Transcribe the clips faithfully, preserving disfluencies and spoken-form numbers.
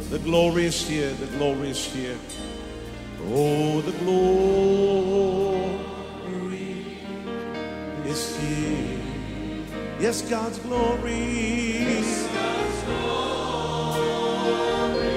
The glory is here. The glory is here. Oh, the glory is here. Yes, God's glory. Yes, God's glory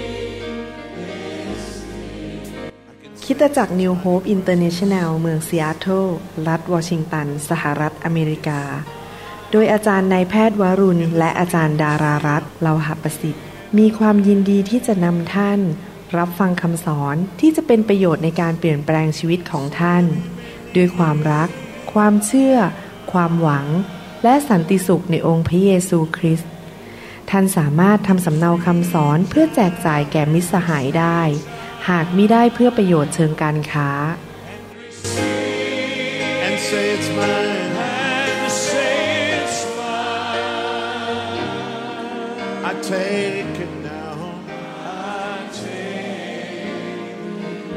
is here. คริสตจักร New Hope International เมืองซีแอตเทิลรัฐวอชิงตันสหรัฐอเมริกาโดยอาจารย์นายแพทย์วรุณและอาจารย์ดารารัตน์เลาหประสิทธิ์มีความยินดีที่จะนำท่านรับฟังคำสอนที่จะเป็นประโยชน์ในการเปลี่ยนแปลงชีวิตของท่านด้วยความรักความเชื่อความหวังและสันติสุขในองค์พระเยซูคริสต์ท่านสามารถทำสำเนาคำสอนเพื่อแจกจ่ายแก่มิตรสหายได้หากมิได้เพื่อประโยชน์เชิงการค้า And say it's mine. And say it's mine. I take it now. I take it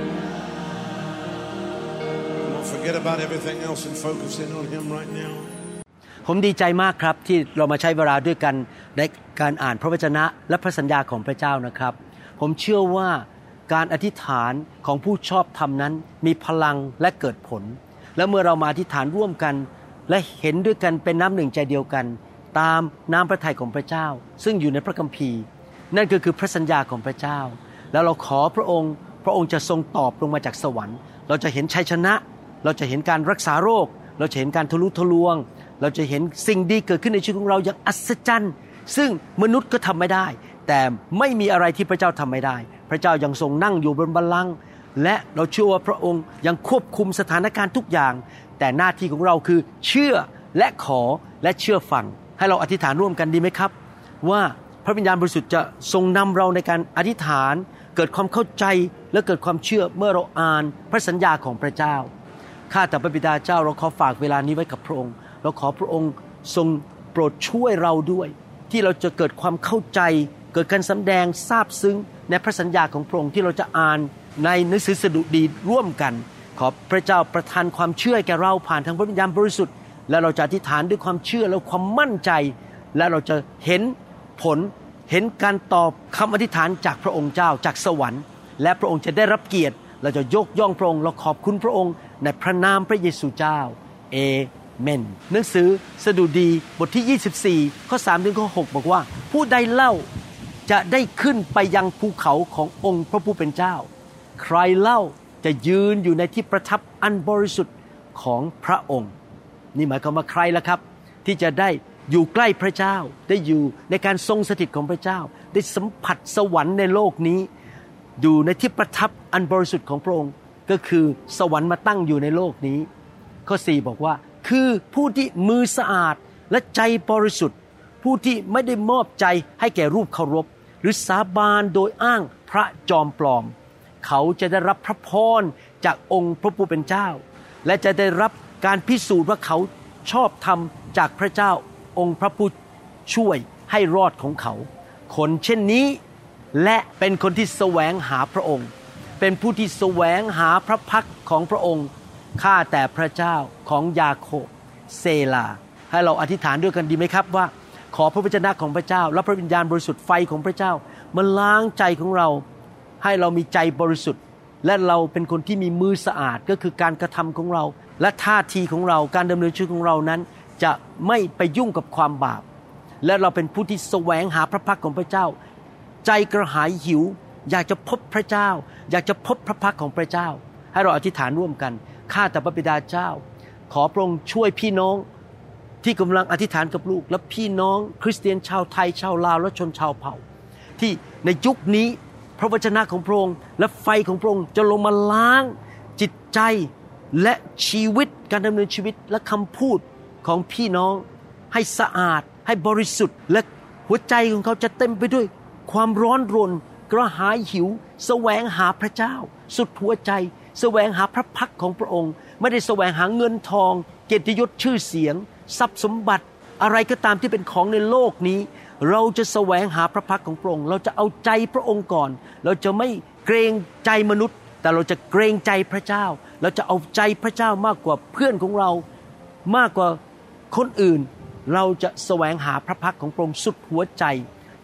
now. Don't forget about everything else and focus in on Him right now. ผมดีใจมากครับที่เรามาใช้เวลาด้วยกันในการอ่านพระวจนะและพระสัญญาของพระเจ้านะครับผมเชื่อว่าการอธิษฐานของผู้ชอบธรรมนั้นมีพลังและเกิดผลและเมื่อเรามาอธิษฐานร่วมกันและเห็นด้วยกันเป็นน้ำหนึ่งใจเดียวกันตามน้ำพระทัยของพระเจ้าซึ่งอยู่ในพระคัมภีร์นั่นก็คือพระสัญญาของพระเจ้าแล้วเราขอพระองค์พระองค์จะทรงตอบลงมาจากสวรรค์เราจะเห็นชัยชนะเราจะเห็นการรักษาโรคเราจะเห็นการทะลุทะลวงเราจะเห็นสิ่งดีเกิดขึ้นในชีวิตของเราอย่างอัศจรรย์ซึ่งมนุษย์ก็ทำไม่ได้แต่ไม่มีอะไรที่พระเจ้าทำไม่ได้พระเจ้ายังทรงนั่งอยู่บนบัลลังก์และเราเชื่อว่าพระองค์ยังควบคุมสถานการณ์ทุกอย่างแต่หน้าที่ของเราคือเชื่อและขอและเชื่อฟังให้เราอธิษฐานร่วมกันดีไหมครับว่าพระวิญญาณบริสุทธิ์จะทรงนำเราในการอธิษฐานเกิดความเข้าใจและเกิดความเชื่อเมื่อเราอ่านพระสัญญาของพระเจ้าข้าแต่พระบิดาเจ้าเราขอฝากเวลานี้ไว้กับพระองค์เราขอพระองค์ทรงโปรดช่วยเราด้วยที่เราจะเกิดความเข้าใจเกิดการสำแดงซาบซึ้งในพระสัญญาของพระองค์ที่เราจะอ่านในหนังสือสดุดีร่วมกันขอพระเจ้าประทานความเชื่อแก่เราผ่านทางพระวิญญาณบริสุทธิ์และเราจะอธิษฐานด้วยความเชื่อและความมั่นใจและเราจะเห็นผลเห็นการตอบคำอธิษฐานจากพระองค์เจ้าจากสวรรค์และพระองค์จะได้รับเกียรติเราจะยกย่องพระองค์เราขอบคุณพระองค์ในพระนามพระเยซูเจ้าเอเมนหนังสือสดุดีบทที่ยี่สิบสี่ข้อสามถึงข้อหกบอกว่าผู้ใดเล่าจะได้ขึ้นไปยังภูเขาขององค์พระผู้เป็นเจ้าใครเล่าจะยืนอยู่ในที่ประทับอันบริสุทธิ์ของพระองค์นี่หมายความว่าใครล่ะครับที่จะได้อยู่ใกล้พระเจ้าได้อยู่ในการทรงสถิตของพระเจ้าได้สัมผัสสวรรค์ในโลกนี้อยู่ในที่ประทับอันบริสุทธิ์ของพระองค์ก็คือสวรรค์มาตั้งอยู่ในโลกนี้ข้อสี่บอกว่าคือผู้ที่มือสะอาดและใจบริสุทธิ์ผู้ที่ไม่ได้มอบใจให้แก่รูปเคารพหรือสาบานโดยอ้างพระจอมปลอมเขาจะได้รับพระพรจากองค์พระผู้เป็นเจ้าและจะได้รับการพิสูจน์ว่าเขาชอบธรรมจากพระเจ้าองค์พระผู้ช่วยให้รอดของเขาคนเช่นนี้และเป็นคนที่แสวงหาพระองค์เป็นผู้ที่แสวงหาพระพักของพระองค์ข้าแต่พระเจ้าของยาโคบเซลาให้เราอธิษฐานด้วยกันดีไหมครับว่าขอพระวจนะของพระเจ้าและพระวิญญาณบริสุทธิ์ไฟของพระเจ้ามาล้างใจของเราให้เรามีใจบริสุทธิ์และเราเป็นคนที่มีมือสะอาดก็คือการกระทำของเราและท่าทีของเราการดำเนินชีวิตของเรานั้นจะไม่ไปยุ่งกับความบาปและเราเป็นผู้ที่แสวงหาพระพักของพระเจ้าใจกระหายหิวอยากจะพบพระเจ้าอยากจะพบพระพักของพระเจ้าให้เราอธิษฐานร่วมกันข้าแต่พระบิดาเจ้าขอพระองค์ช่วยพี่น้องที่กำลังอธิษฐานกับลูกและพี่น้องคริสเตียนชาวไทยชาวลาวและชนชาวเผ่าที่ในยุคนี้พระวจนะของพระองค์และไฟของพระองค์จะลงมาล้างจิตใจและชีวิตการดำเนินชีวิตและคำพูดของพี่น้องให้สะอาดให้บริสุทธิ์และหัวใจของเขาจะเต็มไปด้วยความร้อนรนกระหายหิวแสวงหาพระเจ้าสุดหัวใจแสวงหาพระพักของพระองค์ไม่ได้แสวงหาเงินทองเกียรติยศชื่อเสียงทรัพย์สมบัติอะไรก็ตามที่เป็นของในโลกนี้เราจะแสวงหาพระพักของพระองค์เราจะเอาใจพระองค์ก่อนเราจะไม่เกรงใจมนุษย์แต่เราจะเกรงใจพระเจ้าเราจะเอาใจพระเจ้ามากกว่าเพื่อนของเรามากกว่าคนอื่นเราจะแสวงหาพระพักของพระองค์สุดหัวใจพ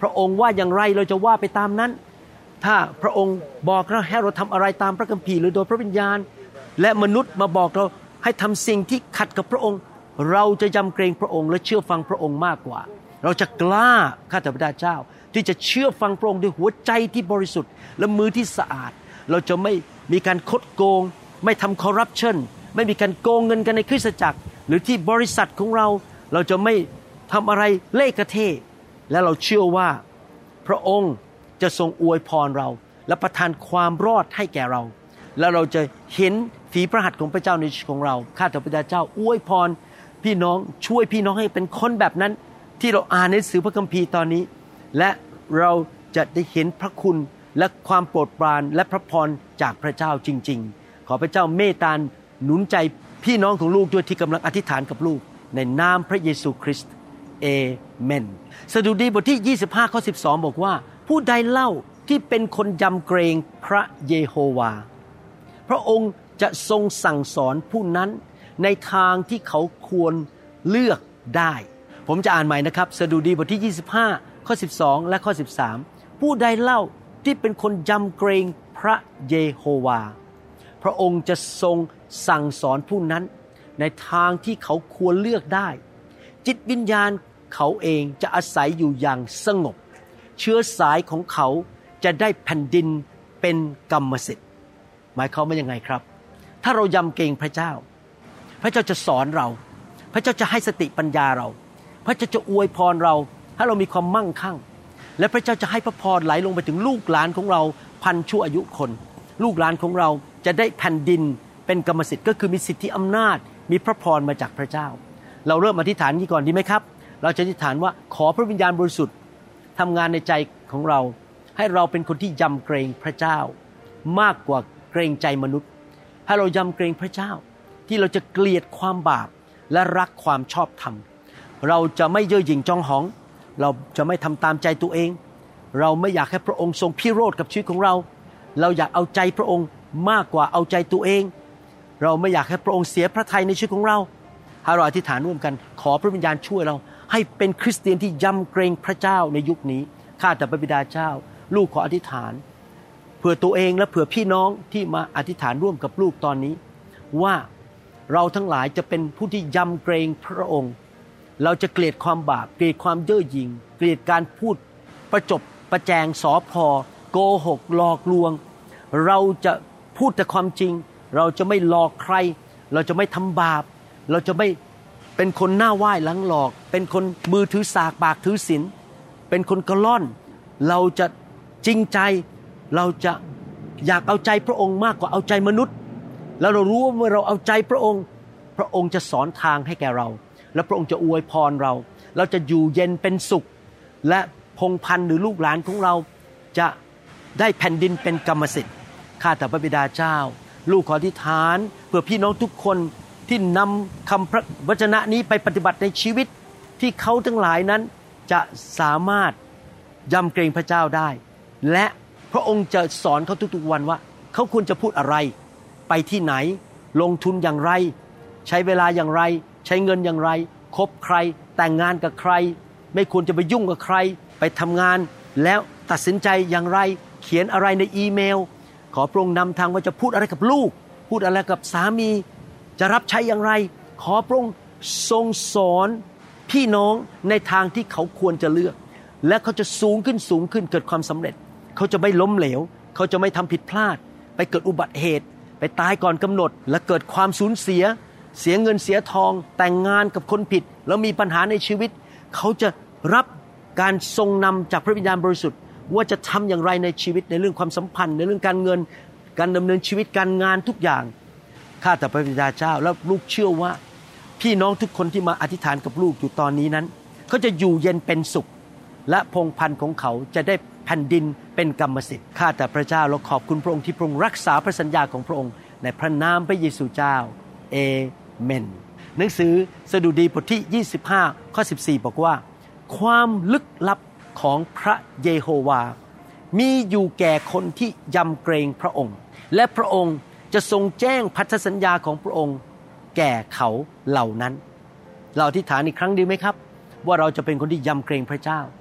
พระองค์ว่าอย่างไรเราจะว่าไปตามนั้นถ้าพระองค์บอกเราให้เราทำอะไรตามพระคัมภีร์หรือโดยพระวิญญาณและมนุษย์มาบอกเราให้ทำสิ่งที่ขัดกับพระองค์เราจะยำเกรงพระองค์และเชื่อฟังพระองค์มากกว่าเราจะกล้าข้าแต่พระบิดาเจ้าที่จะเชื่อฟังพระองค์ด้วยหัวใจที่บริสุทธิ์และมือที่สะอาดเราจะไม่มีการคดโกงไม่ทำคอร์รัปชันไม่มีการโกงเงินกันในคริสตจักรหรือที่บริษัทของเราเราจะไม่ทำอะไรเล่ห์กระเทศและเราเชื่อว่าพระองค์จะทรงอวยพรเราและประทานความรอดให้แก่เราแล้วเราจะเห็นฝีพระหัตถ์ของพระเจ้าในชีวิตของเราข้าแต่พระบิดาเจ้าอวยพรพี่น้องช่วยพี่น้องให้เป็นคนแบบนั้นที่เราอ่านในหนังสือพระคัมภีร์ตอนนี้และเราจะได้เห็นพระคุณและความโปรดปรานและพระพรจากพระเจ้าจริงๆขอพระเจ้าเมตตาหนุนใจพี่น้องของลูกด้วยที่กำลังอธิษฐานกับลูกในนามพระเยซูคริสต์เอเมนสดุดีบทที่ยี่สิบห้าข้อสิบสองบอกว่าผู้ใดเล่าที่เป็นคนยำเกรงพระเยโฮวาพระองค์จะทรงสั่งสอนผู้นั้นในทางที่เขาควรเลือกได้ผมจะอ่านใหม่นะครับสดุดีบทที่ยี่สิบห้าข้อสิบสองและข้อสิบสามผู้ใดเล่าที่เป็นคนยำเกรงพระเยโฮวาพระองค์จะทรงสั่งสอนผู้นั้นในทางที่เขาควรเลือกได้จิตวิญญาณเขาเองจะอาศัยอยู่อย่างสงบเชื้อสายของเขาจะได้แผ่นดินเป็นกรรมสิทธิ์หมายความว่ายังไงครับถ้าเรายำเกรงพระเจ้าพระเจ้าจะสอนเราพระเจ้าจะให้สติปัญญาเราพระเจ้าจะอวยพรเราให้เรามีความมั่งคั่งและพระเจ้าจะให้พระพรไหลลงไปถึงลูกหลานของเราพันชั่วอายุคนลูกหลานของเราจะได้แผ่นดินเป็นกรรมสิทธิ์ก็คือมีสิทธิอำนาจมีพระพรมาจากพระเจ้าเราเริ่มอธิษฐานนี้ก่อนดีไหมครับเราจะอธิษฐานว่าขอพระวิญญาณบริสุทธิ์ทำงานในใจของเราให้เราเป็นคนที่ยำเกรงพระเจ้ามากกว่าเกรงใจมนุษย์ให้เรายำเกรงพระเจ้าที่เราจะเกลียดความบาปและรักความชอบธรรมเราจะไม่เย่อหยิ่งจองหองเราจะไม่ทำตามใจตัวเองเราไม่อยากให้พระองค์ทรงพิโรธกับชีวิตของเราเราอยากเอาใจพระองค์มากกว่าเอาใจตัวเองเราไม่อยากให้พระองค์เสียพระทัยในชีวิตของเราให้เราอธิษฐานร่วมกันขอพระวิญญาณช่วยเราให้เป็นคริสเตียนที่ยำเกรงพระเจ้าในยุคนี้ข้าแต่พระบิดาเจ้าลูกขออธิษฐานเผื่อตัวเองและเผื่อพี่น้องที่มาอธิษฐานร่วมกับลูกตอนนี้ว่าเราทั้งหลายจะเป็นผู้ที่ยำเกรงพระองค์เราจะเกลียดความบาปเกลียดความเย่อหยิ่งเกลียดการพูดประจบประแจงสอพอโกหกหลอกลวงเราจะพูดแต่ความจริงเราจะไม่หลอกใครเราจะไม่ทำบาปเราจะไม่เป็นคนหน้าไหว้หลังหลอกเป็นคนมือถือสากปากถือศีลเป็นคนกระล่อนเราจะจริงใจเราจะอยากเอาใจพระองค์มากกว่าเอาใจมนุษย์แล้วเรารู้ว่าเมื่อเราเอาใจพระองค์พระองค์จะสอนทางให้แก่เราและพระองค์จะอวยพรเราเราจะอยู่เย็นเป็นสุขและพงศ์พันธุ์หรือลูกหลานของเราจะได้แผ่นดินเป็นกรรมสิทธิ์ข้าแต่พระบิดาเจ้าลูกขออธิษฐานเพื่อพี่น้องทุกคนที่นำคำพระวจนะนี้ไปปฏิบัติในชีวิตที่เขาทั้งหลายนั้นจะสามารถยำเกรงพระเจ้าได้และพระองค์จะสอนเขาทุกๆวันว่าเขาควรจะพูดอะไรไปที่ไหนลงทุนอย่างไรใช้เวลาอย่างไรใช้เงินอย่างไรคบใครแต่งงานกับใครไม่ควรจะไปยุ่งกับใครไปทำงานแล้วตัดสินใจอย่างไรเขียนอะไรในอีเมลขอพระองค์นำทางว่าจะพูดอะไรกับลูกพูดอะไรกับสามีจะรับใช้อย่างไรขอพระองค์ทรงสอนพี่น้องในทางที่เขาควรจะเลือกและเขาจะสูงขึ้นสูงขึ้นเกิดความสำเร็จเขาจะไม่ล้มเหลวเขาจะไม่ทำผิดพลาดไปเกิดอุบัติเหตุไปตายก่อนกำหนดและเกิดความสูญเสียเสียเงินเสียทองแต่งงานกับคนผิดแล้วมีปัญหาในชีวิตเขาจะรับการทรงนำจากพระวิญญาณบริสุทธิ์ว่าจะทำอย่างไรในชีวิตในเรื่องความสัมพันธ์ในเรื่องการเงินการดำเนินชีวิตการงานทุกอย่างข้าแต่พระบิดาเจ้าแล้วลูกเชื่อว่าพี่น้องทุกคนที่มาอธิษฐานกับลูกอยู่ตอนนี้นั้นเขาจะอยู่เย็นเป็นสุขและพงศ์พันธุ์ของเขาจะได้แผ่นดินเป็นกรรมสิทธิ์ข้าแต่พระเจ้าเราขอบคุณพระองค์ที่พระองค์รักษาพระสัญญาของพระองค์ในพระนามพระเยซูเจ้าเอเมนหนังสือสดุดีบทที่ยี่สิบห้าข้อสิบสี่บอกว่าความลึกลับของพระเยโฮวามีอยู่แก่คนที่ยำเกรงพระองค์และพระองค์จะทรงแจ้งพันธสัญญาของพระองค์แก่เขาเหล่านั้นเราอธิษฐานอีกครั้งดีไหมครับว่าเราจะเป็นคนที่ยำเกรงพระเจ้า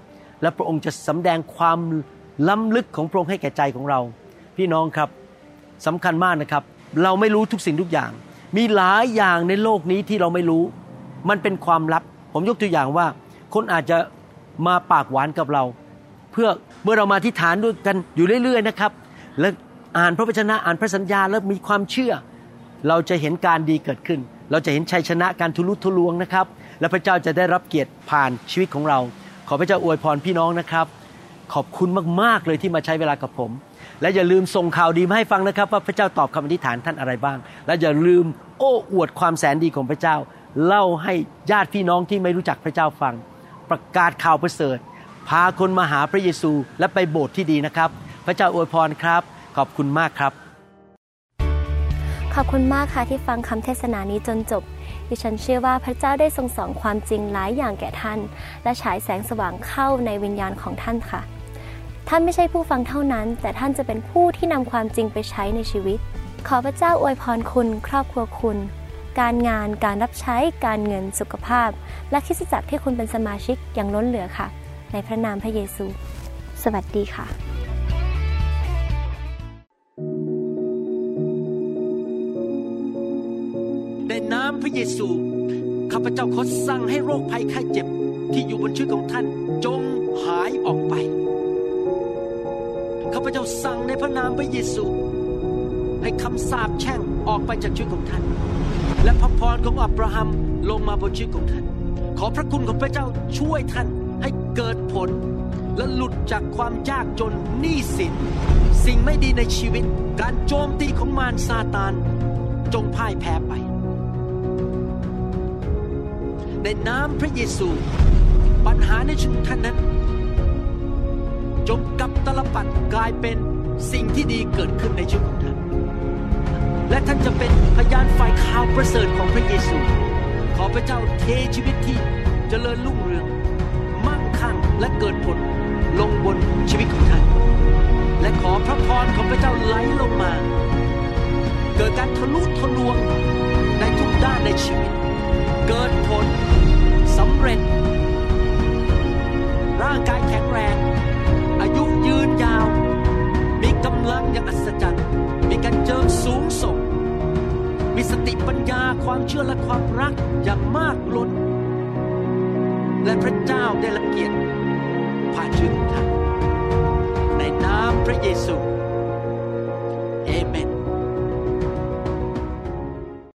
และพระองค์จะสำแดงความล้ำลึกของพระองค์ให้แก่ใจของเราพี่น้องครับสำคัญมากนะครับเราไม่รู้ทุกสิ่งทุกอย่างมีหลายอย่างในโลกนี้ที่เราไม่รู้มันเป็นความลับผมยกตัวอย่างว่าคนอาจจะมาปากหวานกับเราเพื่อเมื่อเรามาอธิษฐานด้วยกันอยู่เรื่อยๆนะครับและอ่านพระวจนะอ่านพระสัญญาแล้วมีความเชื่อเราจะเห็นการดีเกิดขึ้นเราจะเห็นชัยชนะการทุลุทุลวงนะครับและพระเจ้าจะได้รับเกียรติผ่านชีวิตของเราขอพระเจ้าอวยพรพี่น้องนะครับขอบคุณมากๆเลยที่มาใช้เวลากับผมและอย่าลืมส่งข่าวดีมาให้ฟังนะครับว่าพระเจ้าตอบคำอธิษฐานท่านอะไรบ้างและอย่าลืมโอ้อวดความแสนดีของพระเจ้าเล่าให้ญาติพี่น้องที่ไม่รู้จักพระเจ้าฟังประกาศข่าวประเสริฐพาคนมาหาพระเยซูและไปโบสถ์ที่ดีนะครับพระเจ้าอวยพรครับขอบคุณมากครับขอบคุณมากค่ะที่ฟังคำเทศนานี้จนจบดิฉันเชื่อว่าพระเจ้าได้ทรงสอนความจริงหลายอย่างแก่ท่านและฉายแสงสว่างเข้าในวิญญาณของท่านค่ะท่านไม่ใช่ผู้ฟังเท่านั้นแต่ท่านจะเป็นผู้ที่นำความจริงไปใช้ในชีวิตขอพระเจ้าอวยพรคุณครอบครัวคุณการงานการรับใช้การเงินสุขภาพและคริสตจักรที่คุณเป็นสมาชิกอย่างล้นเหลือค่ะในพระนามพระเยซูสวัสดีค่ะในนามพระเยซูข้าพเจ้าขอสั่งให้โรคภัยไข้เจ็บที่อยู่บนชีวิตของท่านจงหายออกไปข้าพเจ้าสั่งในพระนามพระเยซูให้คำสาปแช่งออกไปจากชีวิตของท่านและพระพรของอับราฮัมลงมาบนชีวิตของท่านขอพระคุณของพระเจ้าช่วยท่านให้เกิดผลและหลุดจากความยากจนหนี้สินสิ่งไม่ดีในชีวิตการโจมตีของมารซาตานจงพ่ายแพ้ไปในนามพระเยซูปัญหาในชีวิตท่านนั้นจงกลับตลปัดกลายเป็นสิ่งที่ดีเกิดขึ้นในชีวิตของท่านและท่านจะเป็นพยานฝ่ายข่าวประเสริฐของพระเยซูขอพระเจ้าเทชีวิตที่เจริญรุ่งเรืองมั่งคั่งและเกิดผลลงบนชีวิตของท่านและขอพระพรของพระเจ้าไหลลงมาเกิดการทะลุทะลวงในทุกด้านในชีวิตเกิดผลสำเร็จร่างกายแข็งแรงอายุยืนยาวมีกำลังอย่างอัศจรรย์มีการเจิมสูงส่งมีสติปัญญาความเชื่อและความรักอย่างมากล้นและพระเจ้าได้รับเกียรติผ่านชีวิตของท่านในนามพระเยซู